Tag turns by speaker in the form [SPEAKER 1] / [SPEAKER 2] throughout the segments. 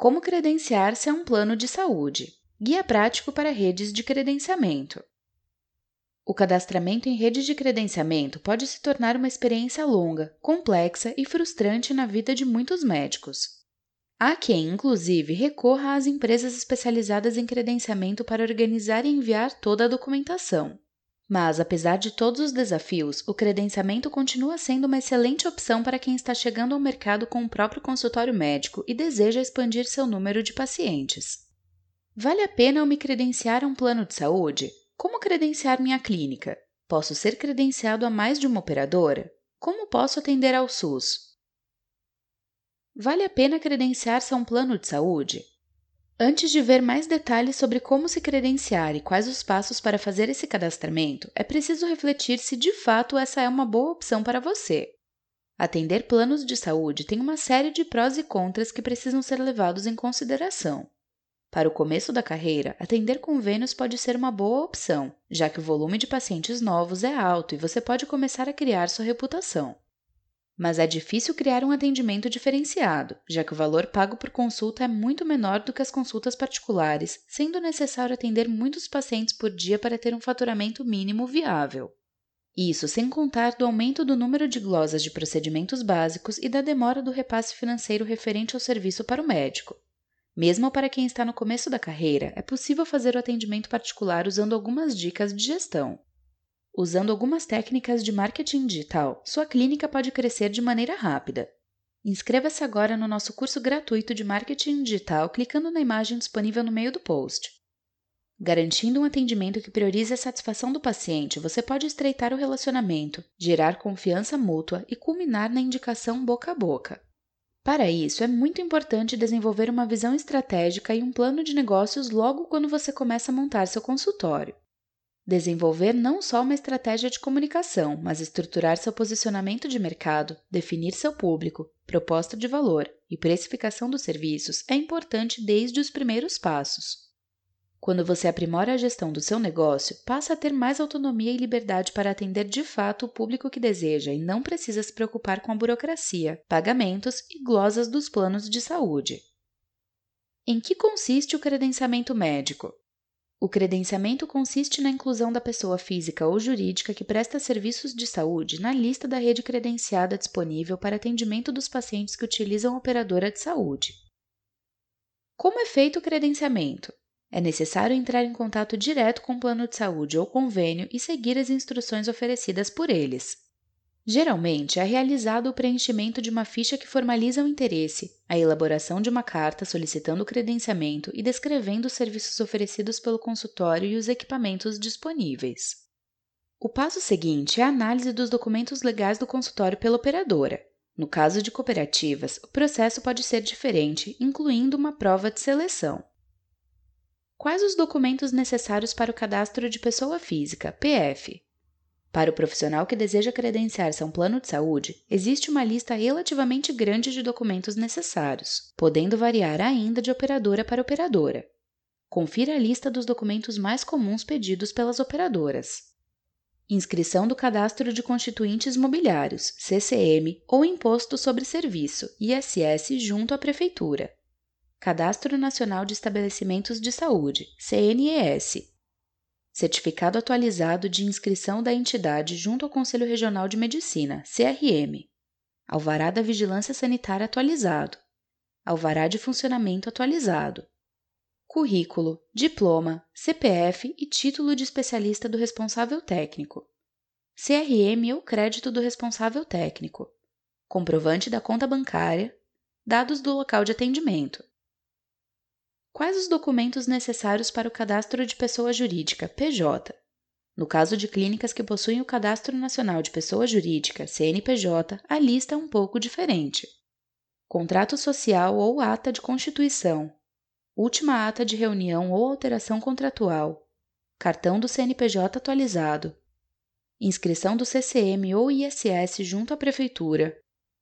[SPEAKER 1] Como credenciar-se a um plano de saúde? Guia prático para redes de credenciamento. O cadastramento em rede de credenciamento pode se tornar uma experiência longa, complexa e frustrante na vida de muitos médicos. Há quem, inclusive, recorra às empresas especializadas em credenciamento para organizar e enviar toda a documentação. Mas, apesar de todos os desafios, o credenciamento continua sendo uma excelente opção para quem está chegando ao mercado com o próprio consultório médico e deseja expandir seu número de pacientes. Vale a pena eu me credenciar a um plano de saúde? Como credenciar minha clínica? Posso ser credenciado a mais de uma operadora? Como posso atender ao SUS? Vale a pena credenciar-se a um plano de saúde? Antes de ver mais detalhes sobre como se credenciar e quais os passos para fazer esse cadastramento, é preciso refletir se de fato essa é uma boa opção para você. Atender planos de saúde tem uma série de prós e contras que precisam ser levados em consideração. Para o começo da carreira, atender convênios pode ser uma boa opção, já que o volume de pacientes novos é alto e você pode começar a criar sua reputação. Mas é difícil criar um atendimento diferenciado, já que o valor pago por consulta é muito menor do que as consultas particulares, sendo necessário atender muitos pacientes por dia para ter um faturamento mínimo viável. Isso sem contar do aumento do número de glosas de procedimentos básicos e da demora do repasse financeiro referente ao serviço para o médico. Mesmo para quem está no começo da carreira, é possível fazer o atendimento particular usando algumas dicas de gestão. Usando algumas técnicas de marketing digital, sua clínica pode crescer de maneira rápida. Inscreva-se agora no nosso curso gratuito de marketing digital clicando na imagem disponível no meio do post. Garantindo um atendimento que priorize a satisfação do paciente, você pode estreitar o relacionamento, gerar confiança mútua e culminar na indicação boca a boca. Para isso, é muito importante desenvolver uma visão estratégica e um plano de negócios logo quando você começa a montar seu consultório. Desenvolver não só uma estratégia de comunicação, mas estruturar seu posicionamento de mercado, definir seu público, proposta de valor e precificação dos serviços é importante desde os primeiros passos. Quando você aprimora a gestão do seu negócio, passa a ter mais autonomia e liberdade para atender de fato o público que deseja e não precisa se preocupar com a burocracia, pagamentos e glosas dos planos de saúde. Em que consiste o credenciamento médico? O credenciamento consiste na inclusão da pessoa física ou jurídica que presta serviços de saúde na lista da rede credenciada disponível para atendimento dos pacientes que utilizam a operadora de saúde. Como é feito o credenciamento? É necessário entrar em contato direto com o plano de saúde ou convênio e seguir as instruções oferecidas por eles. Geralmente, é realizado o preenchimento de uma ficha que formaliza o interesse, a elaboração de uma carta solicitando o credenciamento e descrevendo os serviços oferecidos pelo consultório e os equipamentos disponíveis. O passo seguinte é a análise dos documentos legais do consultório pela operadora. No caso de cooperativas, o processo pode ser diferente, incluindo uma prova de seleção. Quais os documentos necessários para o cadastro de pessoa física, PF? Para o profissional que deseja credenciar-se a um plano de saúde, existe uma lista relativamente grande de documentos necessários, podendo variar ainda de operadora para operadora. Confira a lista dos documentos mais comuns pedidos pelas operadoras. Inscrição do Cadastro de Constituintes Mobiliários, CCM, ou Imposto sobre Serviço, ISS, junto à Prefeitura. Cadastro Nacional de Estabelecimentos de Saúde, CNES. Certificado atualizado de inscrição da entidade junto ao Conselho Regional de Medicina, CRM. Alvará da Vigilância Sanitária atualizado. Alvará de Funcionamento atualizado. Currículo, diploma, CPF e título de especialista do responsável técnico. CRM ou crédito do responsável técnico. Comprovante da conta bancária. Dados do local de atendimento. Quais os documentos necessários para o cadastro de pessoa jurídica, PJ? No caso de clínicas que possuem o Cadastro Nacional de Pessoa Jurídica, CNPJ, a lista é um pouco diferente. Contrato social ou ata de constituição. Última ata de reunião ou alteração contratual. Cartão do CNPJ atualizado. Inscrição do CCM ou ISS junto à Prefeitura.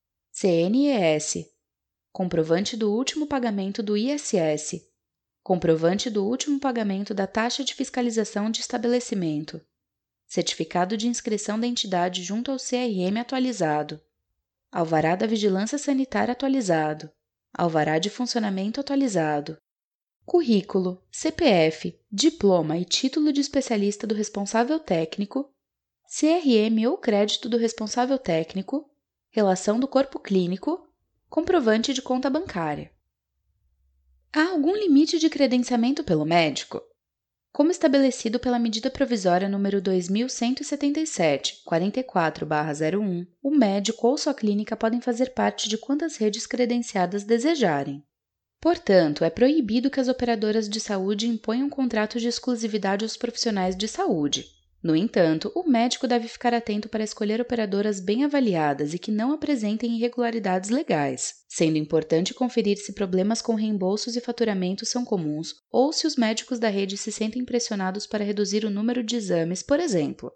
[SPEAKER 1] CNES. Comprovante do último pagamento do ISS. Comprovante do último pagamento da taxa de fiscalização de estabelecimento. Certificado de inscrição da entidade junto ao CRM atualizado. Alvará da Vigilância Sanitária atualizado. alvará de funcionamento atualizado, currículo, CPF, diploma e título de especialista do responsável técnico, CRM ou crédito do responsável técnico, relação do corpo clínico, comprovante de conta bancária. Há algum limite de credenciamento pelo médico? Como estabelecido pela Medida Provisória nº 2177, 44/01, o médico ou sua clínica podem fazer parte de quantas redes credenciadas desejarem. Portanto, é proibido que as operadoras de saúde imponham contratos de exclusividade aos profissionais de saúde. No entanto, o médico deve ficar atento para escolher operadoras bem avaliadas e que não apresentem irregularidades legais, sendo importante conferir se problemas com reembolsos e faturamentos são comuns ou se os médicos da rede se sentem pressionados para reduzir o número de exames, por exemplo.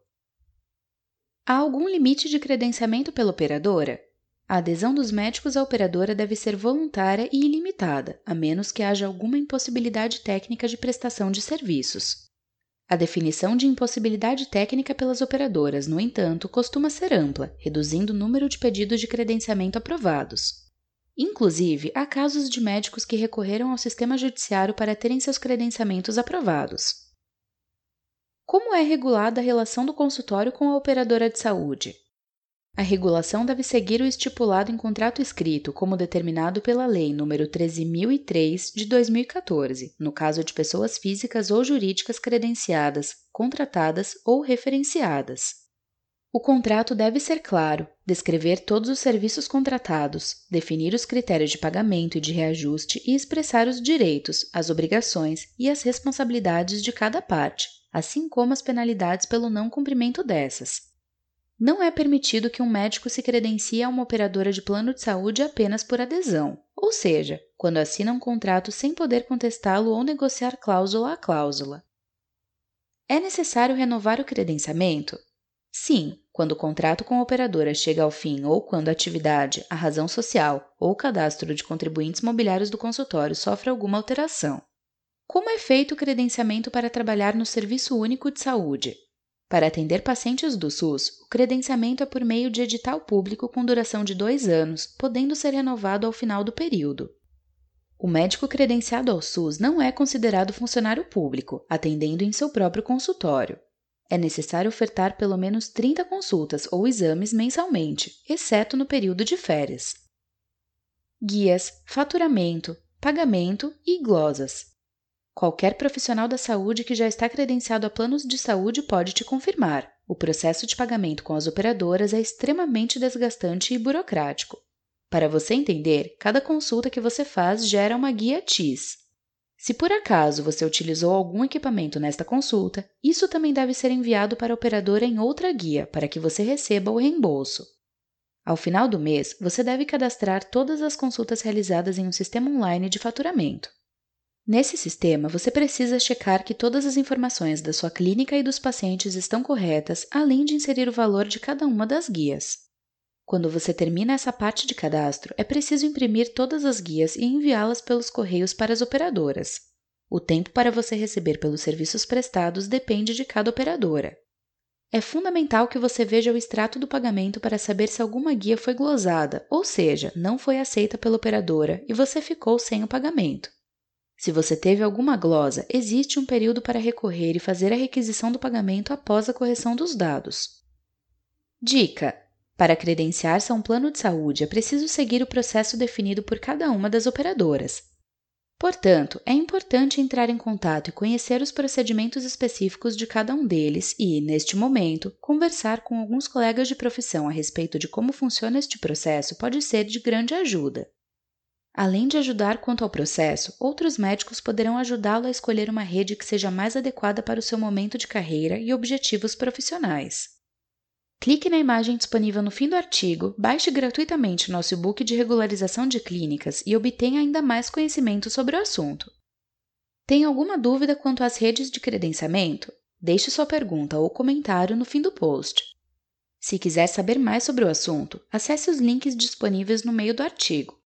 [SPEAKER 1] Há algum limite de credenciamento pela operadora? A adesão dos médicos à operadora deve ser voluntária e ilimitada, a menos que haja alguma impossibilidade técnica de prestação de serviços. A definição de impossibilidade técnica pelas operadoras, no entanto, costuma ser ampla, reduzindo o número de pedidos de credenciamento aprovados. Inclusive, há casos de médicos que recorreram ao sistema judiciário para terem seus credenciamentos aprovados. Como é regulada a relação do consultório com a operadora de saúde? A regulação deve seguir o estipulado em contrato escrito, como determinado pela Lei nº 13.003, de 2014, no caso de pessoas físicas ou jurídicas credenciadas, contratadas ou referenciadas. O contrato deve ser claro, descrever todos os serviços contratados, definir os critérios de pagamento e de reajuste e expressar os direitos, as obrigações e as responsabilidades de cada parte, assim como as penalidades pelo não cumprimento dessas. Não é permitido que um médico se credencie a uma operadora de plano de saúde apenas por adesão, ou seja, quando assina um contrato sem poder contestá-lo ou negociar cláusula a cláusula. É necessário renovar o credenciamento? Sim, quando o contrato com a operadora chega ao fim ou quando a atividade, a razão social ou o cadastro de contribuintes mobiliários do consultório sofre alguma alteração. Como é feito o credenciamento para trabalhar no Serviço Único de Saúde? Para atender pacientes do SUS, o credenciamento é por meio de edital público com duração de 2 anos, podendo ser renovado ao final do período. O médico credenciado ao SUS não é considerado funcionário público, atendendo em seu próprio consultório. É necessário ofertar pelo menos 30 consultas ou exames mensalmente, exceto no período de férias. Guias, faturamento, pagamento e glosas. Qualquer profissional da saúde que já está credenciado a planos de saúde pode te confirmar. O processo de pagamento com as operadoras é extremamente desgastante e burocrático. Para você entender, cada consulta que você faz gera uma guia TIS. Se por acaso você utilizou algum equipamento nesta consulta, isso também deve ser enviado para a operadora em outra guia para que você receba o reembolso. Ao final do mês, você deve cadastrar todas as consultas realizadas em um sistema online de faturamento. Nesse sistema, você precisa checar que todas as informações da sua clínica e dos pacientes estão corretas, além de inserir o valor de cada uma das guias. Quando você termina essa parte de cadastro, é preciso imprimir todas as guias e enviá-las pelos correios para as operadoras. O tempo para você receber pelos serviços prestados depende de cada operadora. É fundamental que você veja o extrato do pagamento para saber se alguma guia foi glosada, ou seja, não foi aceita pela operadora e você ficou sem o pagamento. Se você teve alguma glosa, existe um período para recorrer e fazer a requisição do pagamento após a correção dos dados. Dica: para credenciar-se a um plano de saúde, é preciso seguir o processo definido por cada uma das operadoras. Portanto, é importante entrar em contato e conhecer os procedimentos específicos de cada um deles e, neste momento, conversar com alguns colegas de profissão a respeito de como funciona este processo pode ser de grande ajuda. Além de ajudar quanto ao processo, outros médicos poderão ajudá-lo a escolher uma rede que seja mais adequada para o seu momento de carreira e objetivos profissionais. Clique na imagem disponível no fim do artigo, baixe gratuitamente nosso e-book de regularização de clínicas e obtenha ainda mais conhecimento sobre o assunto. Tem alguma dúvida quanto às redes de credenciamento? Deixe sua pergunta ou comentário no fim do post. Se quiser saber mais sobre o assunto, acesse os links disponíveis no meio do artigo.